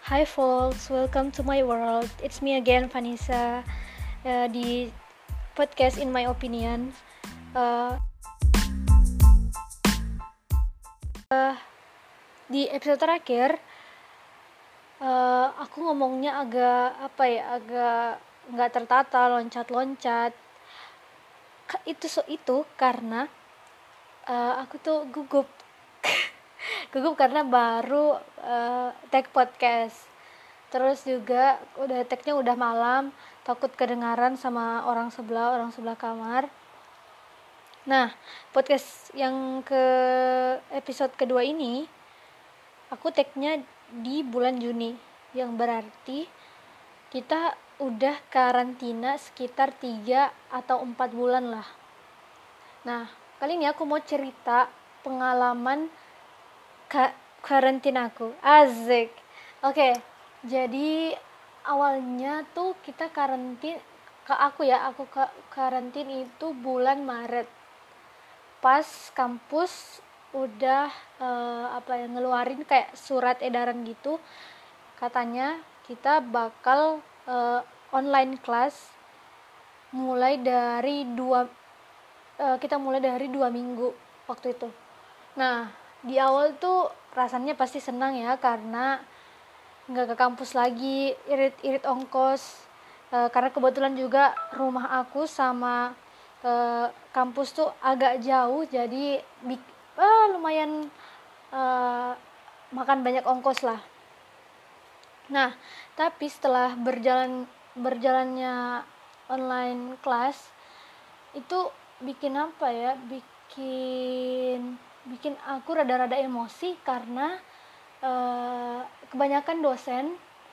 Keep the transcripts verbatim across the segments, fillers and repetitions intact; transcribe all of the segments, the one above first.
Hi folks, welcome to my world. It's me again, Vanessa, uh, di podcast In My Opinion. Uh, uh, di episode terakhir, uh, aku ngomongnya agak apa ya, agak nggak tertata, loncat-loncat. Itu so itu karena uh, aku tuh gugup, gugup karena baru uh, take podcast. Terus juga udah tag-nya udah malam, takut kedengaran sama orang sebelah, orang sebelah kamar. Nah, podcast yang ke episode kedua ini aku tag-nya di bulan Juni, yang berarti kita udah karantina sekitar tiga atau empat bulan lah. Nah, kali ini aku mau cerita pengalaman ka- karantina aku. Asik. Oke. Okay. Jadi awalnya tuh kita karantin ke aku ya, aku ke karantin itu bulan Maret. Pas kampus udah uh, apa ya ngeluarin kayak surat edaran gitu. Katanya kita bakal uh, online class mulai dari dua uh, kita mulai dari dua minggu waktu itu. Nah, di awal tuh rasanya pasti senang ya karena nggak ke kampus lagi, irit-irit ongkos, e, karena kebetulan juga rumah aku sama e, kampus tuh agak jauh, jadi eh, lumayan e, makan banyak ongkos lah. Nah, tapi setelah berjalan berjalannya online class itu bikin apa ya, bikin bikin aku rada-rada emosi karena Uh, kebanyakan dosen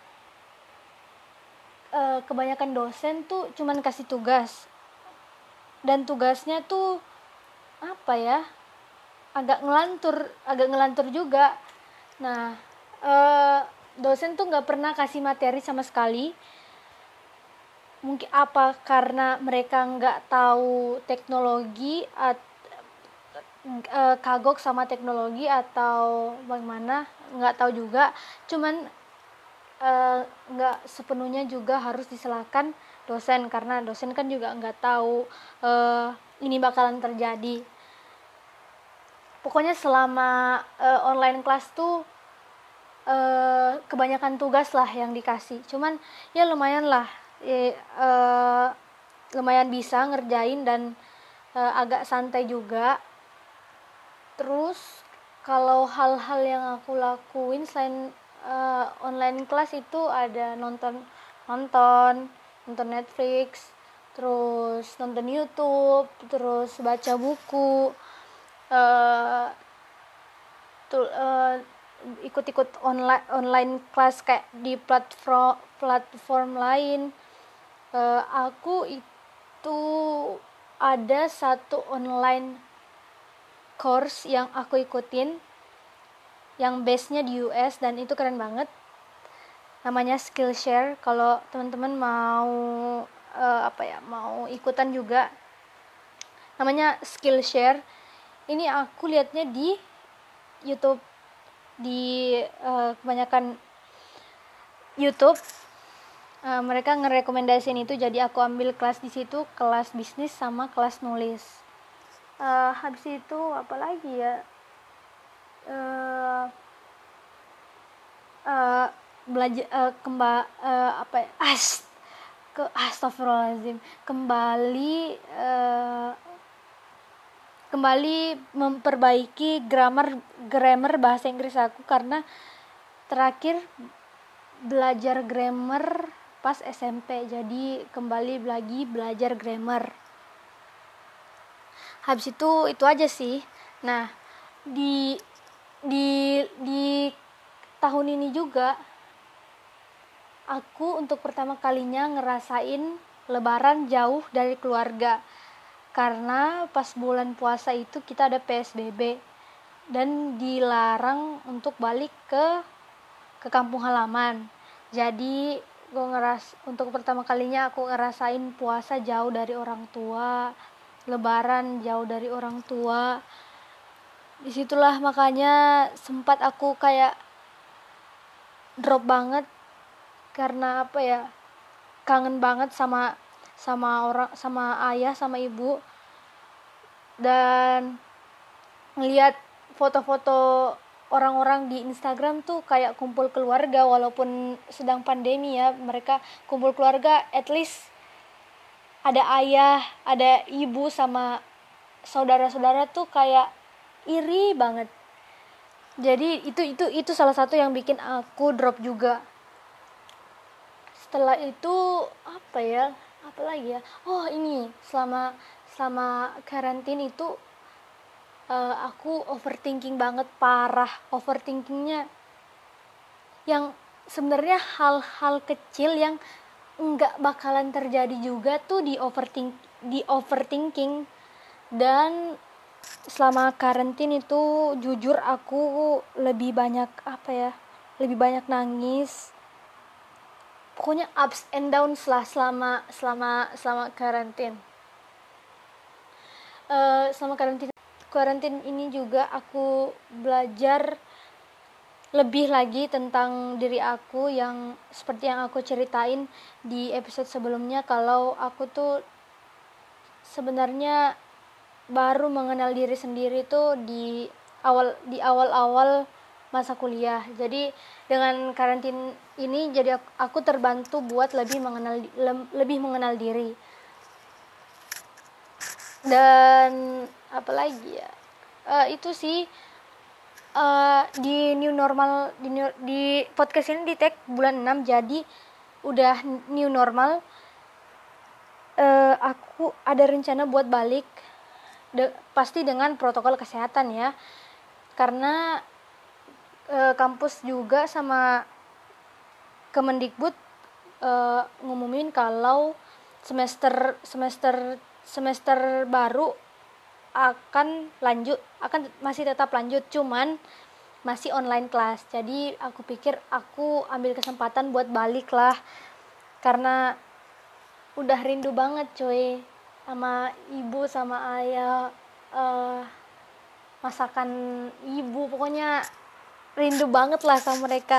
uh, kebanyakan dosen tuh cuman kasih tugas, dan tugasnya tuh apa ya agak ngelantur agak ngelantur juga. Nah, uh, dosen tuh nggak pernah kasih materi sama sekali. Mungkin apa karena mereka nggak tahu teknologi at, uh, kagok sama teknologi atau bagaimana, nggak tahu juga. Cuman nggak uh, sepenuhnya juga harus disalahkan dosen, karena dosen kan juga nggak tahu uh, ini bakalan terjadi. Pokoknya selama uh, online class tuh uh, kebanyakan tugas lah yang dikasih. Cuman ya lumayan lah, ya, uh, lumayan bisa ngerjain dan uh, agak santai juga. Terus kalau hal-hal yang aku lakuin selain uh, online class itu ada nonton nonton nonton Netflix, terus nonton YouTube, terus baca buku, uh, tuh, uh, ikut-ikut online online class kayak di platform platform lain. Uh, aku itu ada satu online course yang aku ikutin yang base-nya di U S dan itu keren banget, namanya Skillshare. Kalau teman-teman mau uh, apa ya mau ikutan juga, namanya Skillshare. Ini aku lihatnya di YouTube, di uh, kebanyakan YouTube uh, mereka ngerekomendasiin itu, jadi aku ambil kelas di situ, kelas bisnis sama kelas nulis. Uh, habis itu apa lagi ya, uh, uh, belajar uh, kembali uh, apa ya as ke astagfirullahaladzim kembali uh, kembali memperbaiki grammar grammar bahasa Inggris aku, karena terakhir belajar grammar pas S M P, jadi kembali lagi belajar grammar. Habis itu itu aja sih. Nah, di di di tahun ini juga aku untuk pertama kalinya ngerasain lebaran jauh dari keluarga, karena pas bulan puasa itu kita ada P S B B dan dilarang untuk balik ke ke kampung halaman. Jadi gue ngeras untuk pertama kalinya aku ngerasain puasa jauh dari orang tua, lebaran jauh dari orang tua. Disitulah makanya sempat aku kayak drop banget karena apa ya, kangen banget sama sama orang, sama ayah, sama ibu, dan ngelihat foto-foto orang-orang di Instagram tuh kayak kumpul keluarga walaupun sedang pandemi ya, mereka kumpul keluarga, at least ada ayah, ada ibu sama saudara-saudara tuh kayak iri banget. Jadi itu itu itu salah satu yang bikin aku drop juga. Setelah itu apa ya? Apa lagi ya? Oh, ini selama selama karantin itu uh, aku overthinking banget, parah overthinkingnya, yang sebenarnya hal-hal kecil yang nggak bakalan terjadi juga tuh di overthink di overthinking. Dan selama karantin itu jujur aku lebih banyak apa ya, lebih banyak nangis, pokoknya ups and downs lah selama selama selama karantin. Uh, selama karantin karantin ini juga aku belajar lebih lagi tentang diri aku, yang seperti yang aku ceritain di episode sebelumnya, kalau aku tuh sebenarnya baru mengenal diri sendiri tuh di awal di awal-awal masa kuliah. Jadi dengan karantin ini jadi aku terbantu buat lebih mengenal lebih mengenal diri. Dan apalagi ya, uh, itu sih uh, di new normal di, new, di podcast ini di tag bulan enam, jadi udah new normal. Uh, aku ada rencana buat balik. De, pasti dengan protokol kesehatan ya, karena e, kampus juga sama Kemendikbud e, ngumumin kalau semester semester semester baru akan lanjut, akan masih tetap lanjut, cuman masih online class. Jadi aku pikir aku ambil kesempatan buat balik lah, karena udah rindu banget coy sama ibu sama ayah, uh, masakan ibu, pokoknya rindu banget lah sama mereka.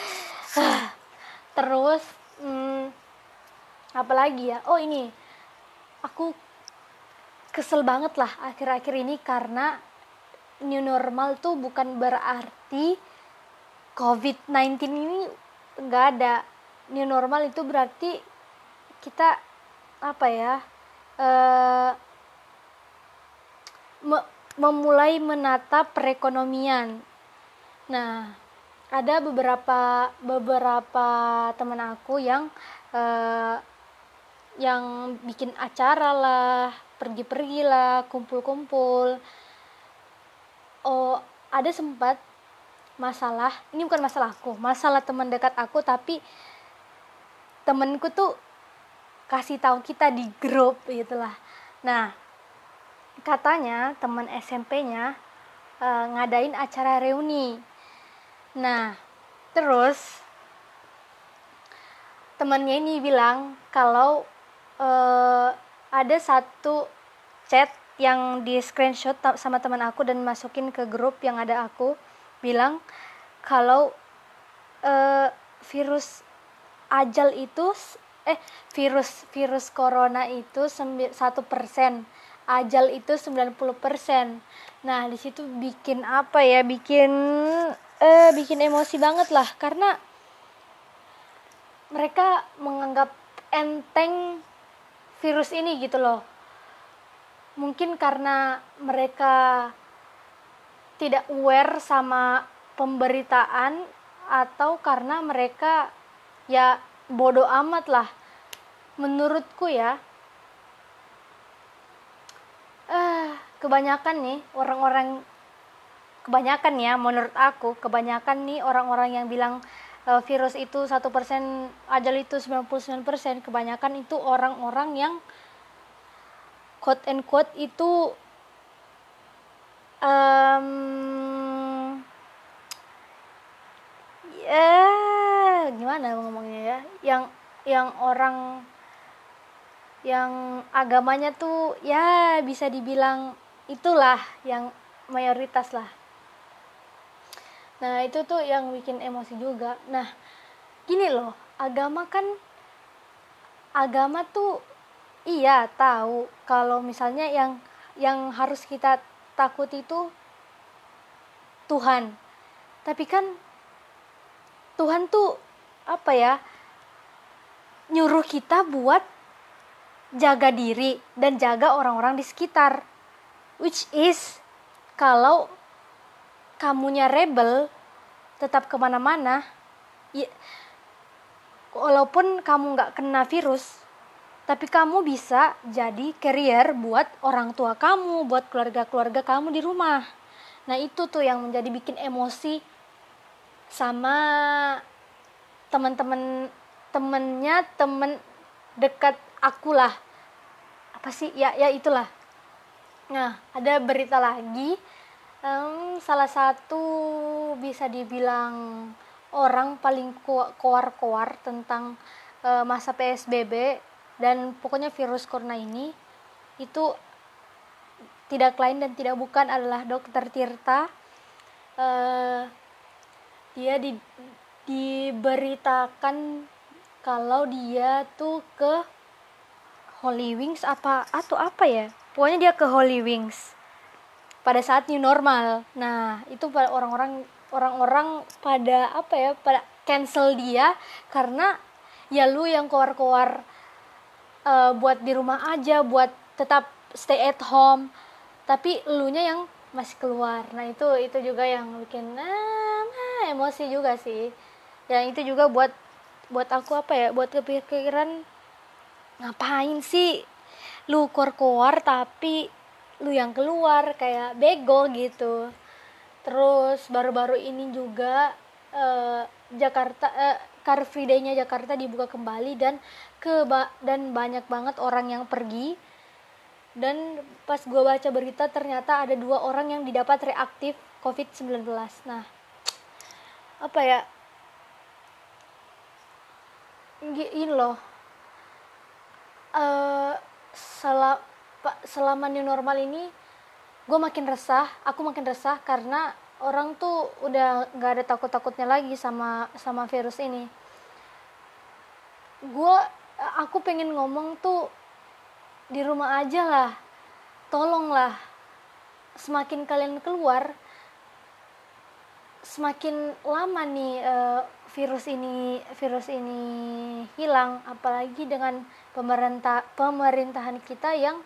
Terus hmm, apa lagi ya, oh ini aku kesel banget lah akhir-akhir ini karena new normal tuh bukan berarti covid sembilan belas ini nggak ada. New normal itu berarti kita apa ya, Uh, me- memulai menata perekonomian. Nah, ada beberapa beberapa teman aku yang uh, yang bikin acara lah, pergi-pergi lah, kumpul-kumpul. Oh, ada sempat masalah, ini bukan masalah aku, masalah teman dekat aku, tapi temenku tuh kasih tahu kita di grup gitulah. Nah, katanya teman S M P-nya e, ngadain acara reuni. Nah, terus temannya ini bilang kalau e, ada satu chat yang di screenshot sama teman aku dan masukin ke grup yang ada aku, bilang kalau e, virus ajal itu eh virus virus corona itu satu persen, ajal itu sembilan puluh persen. Nah, di situ bikin apa ya? Bikin eh bikin emosi banget lah, karena mereka menganggap enteng virus ini gitu loh. Mungkin karena mereka tidak aware sama pemberitaan, atau karena mereka ya bodoh amat lah. Menurutku ya, eh kebanyakan nih orang-orang, kebanyakan ya menurut aku, kebanyakan nih orang-orang yang bilang e, virus itu satu persen, ajal itu sembilan puluh sembilan persen, kebanyakan itu orang-orang yang quote and quote itu um, ya gimana ngomongnya ya, yang yang orang yang agamanya tuh ya bisa dibilang itulah yang mayoritas lah. Nah itu tuh yang bikin emosi juga. Nah gini loh, agama kan agama tuh iya tahu kalau misalnya yang yang harus kita takut itu Tuhan. Tapi kan Tuhan tuh apa ya, nyuruh kita buat jaga diri dan jaga orang-orang di sekitar. Which is kalau kamunya rebel tetap kemana-mana, ya, walaupun kamu gak kena virus, tapi kamu bisa jadi carrier buat orang tua kamu, buat keluarga-keluarga kamu di rumah. Nah itu tuh yang menjadi bikin emosi sama teman-teman temennya temen dekat aku lah. Apa sih ya ya itulah. Nah ada berita lagi, um, salah satu bisa dibilang orang paling koar-koar tentang uh, masa P S B B dan pokoknya virus corona ini, itu tidak lain dan tidak bukan adalah Dokter Tirta. Uh, dia di, diberitakan kalau dia tuh ke Holy Wings apa atau apa ya, pokoknya dia ke Holy Wings pada saat new normal. Nah itu orang-orang orang-orang pada apa ya, pada cancel dia karena ya lu yang keluar-keluar uh, buat di rumah aja, buat tetap stay at home, tapi elunya yang masih keluar. Nah itu itu juga yang bikin ah, ah, emosi juga sih. Yang itu juga buat buat aku apa ya, buat kepikiran, ngapain sih lu keluar-keluar tapi lu yang keluar kayak bego gitu. Terus baru-baru ini juga uh, Jakarta uh, Car Free Day-nya Jakarta dibuka kembali dan ke dan banyak banget orang yang pergi. Dan pas gue baca berita ternyata ada dua orang yang didapat reaktif covid sembilan belas. Nah apa ya, gini loh, uh, sel- selama new normal ini gue makin resah, aku makin resah karena orang tuh udah nggak ada takut-takutnya lagi sama sama virus ini. Gue aku pengen ngomong tuh di rumah aja lah, tolonglah, semakin kalian keluar semakin lama nih uh, virus ini virus ini hilang, apalagi dengan pemerintah pemerintahan kita yang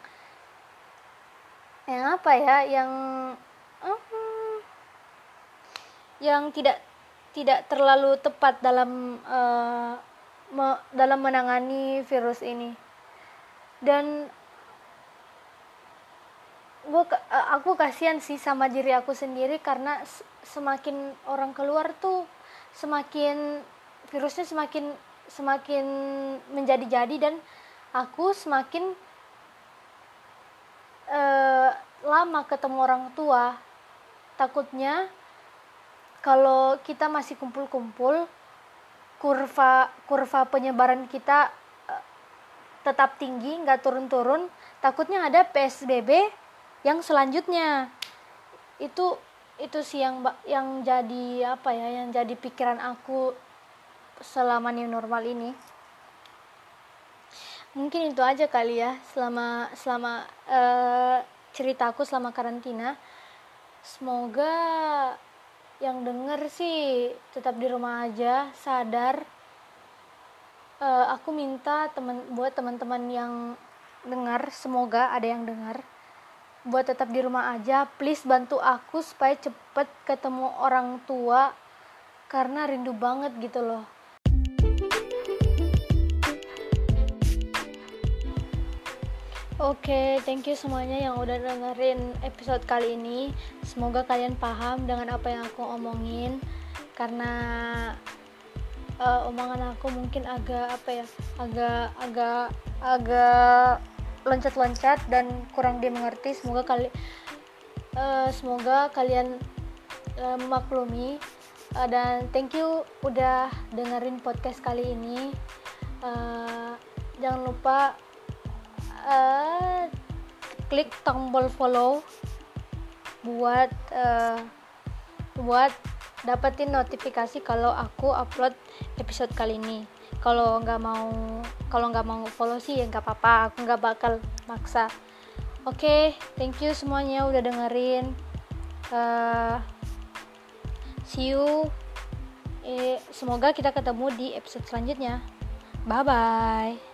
yang apa ya, yang um, yang tidak tidak terlalu tepat dalam uh, me, dalam menangani virus ini. Dan gue aku kasihan sih sama diri aku sendiri karena semakin orang keluar tuh semakin virusnya semakin semakin menjadi-jadi dan aku semakin uh, lama ketemu orang tua. Takutnya kalau kita masih kumpul-kumpul, kurva kurva penyebaran kita uh, tetap tinggi, nggak turun-turun. Takutnya ada P S B B yang selanjutnya. Itu itu sih yang yang jadi apa ya, yang jadi pikiran aku selama new normal ini. Mungkin itu aja kali ya selama selama uh, ceritaku selama karantina. Semoga yang denger sih tetap di rumah aja, sadar. Uh, aku minta teman buat teman-teman yang dengar, semoga ada yang dengar, buat tetap di rumah aja. Please bantu aku supaya cepet ketemu orang tua karena rindu banget gitu loh. Oke, okay, thank you semuanya yang udah dengerin episode kali ini. Semoga kalian paham dengan apa yang aku omongin, karena uh, omongan aku mungkin agak apa ya, agak agak agak loncat-loncat dan kurang dimengerti. Semoga kali uh, semoga kalian uh, memaklumi, uh, dan thank you udah dengerin podcast kali ini. Uh, jangan lupa uh, klik tombol follow buat uh, buat dapetin notifikasi kalau aku upload episode kali ini. Kalau nggak mau kalau nggak mau follow sih ya nggak apa-apa, aku nggak bakal maksa. Oke, okay, thank you semuanya udah dengerin. Uh, see you. Eh, semoga kita ketemu di episode selanjutnya. Bye bye.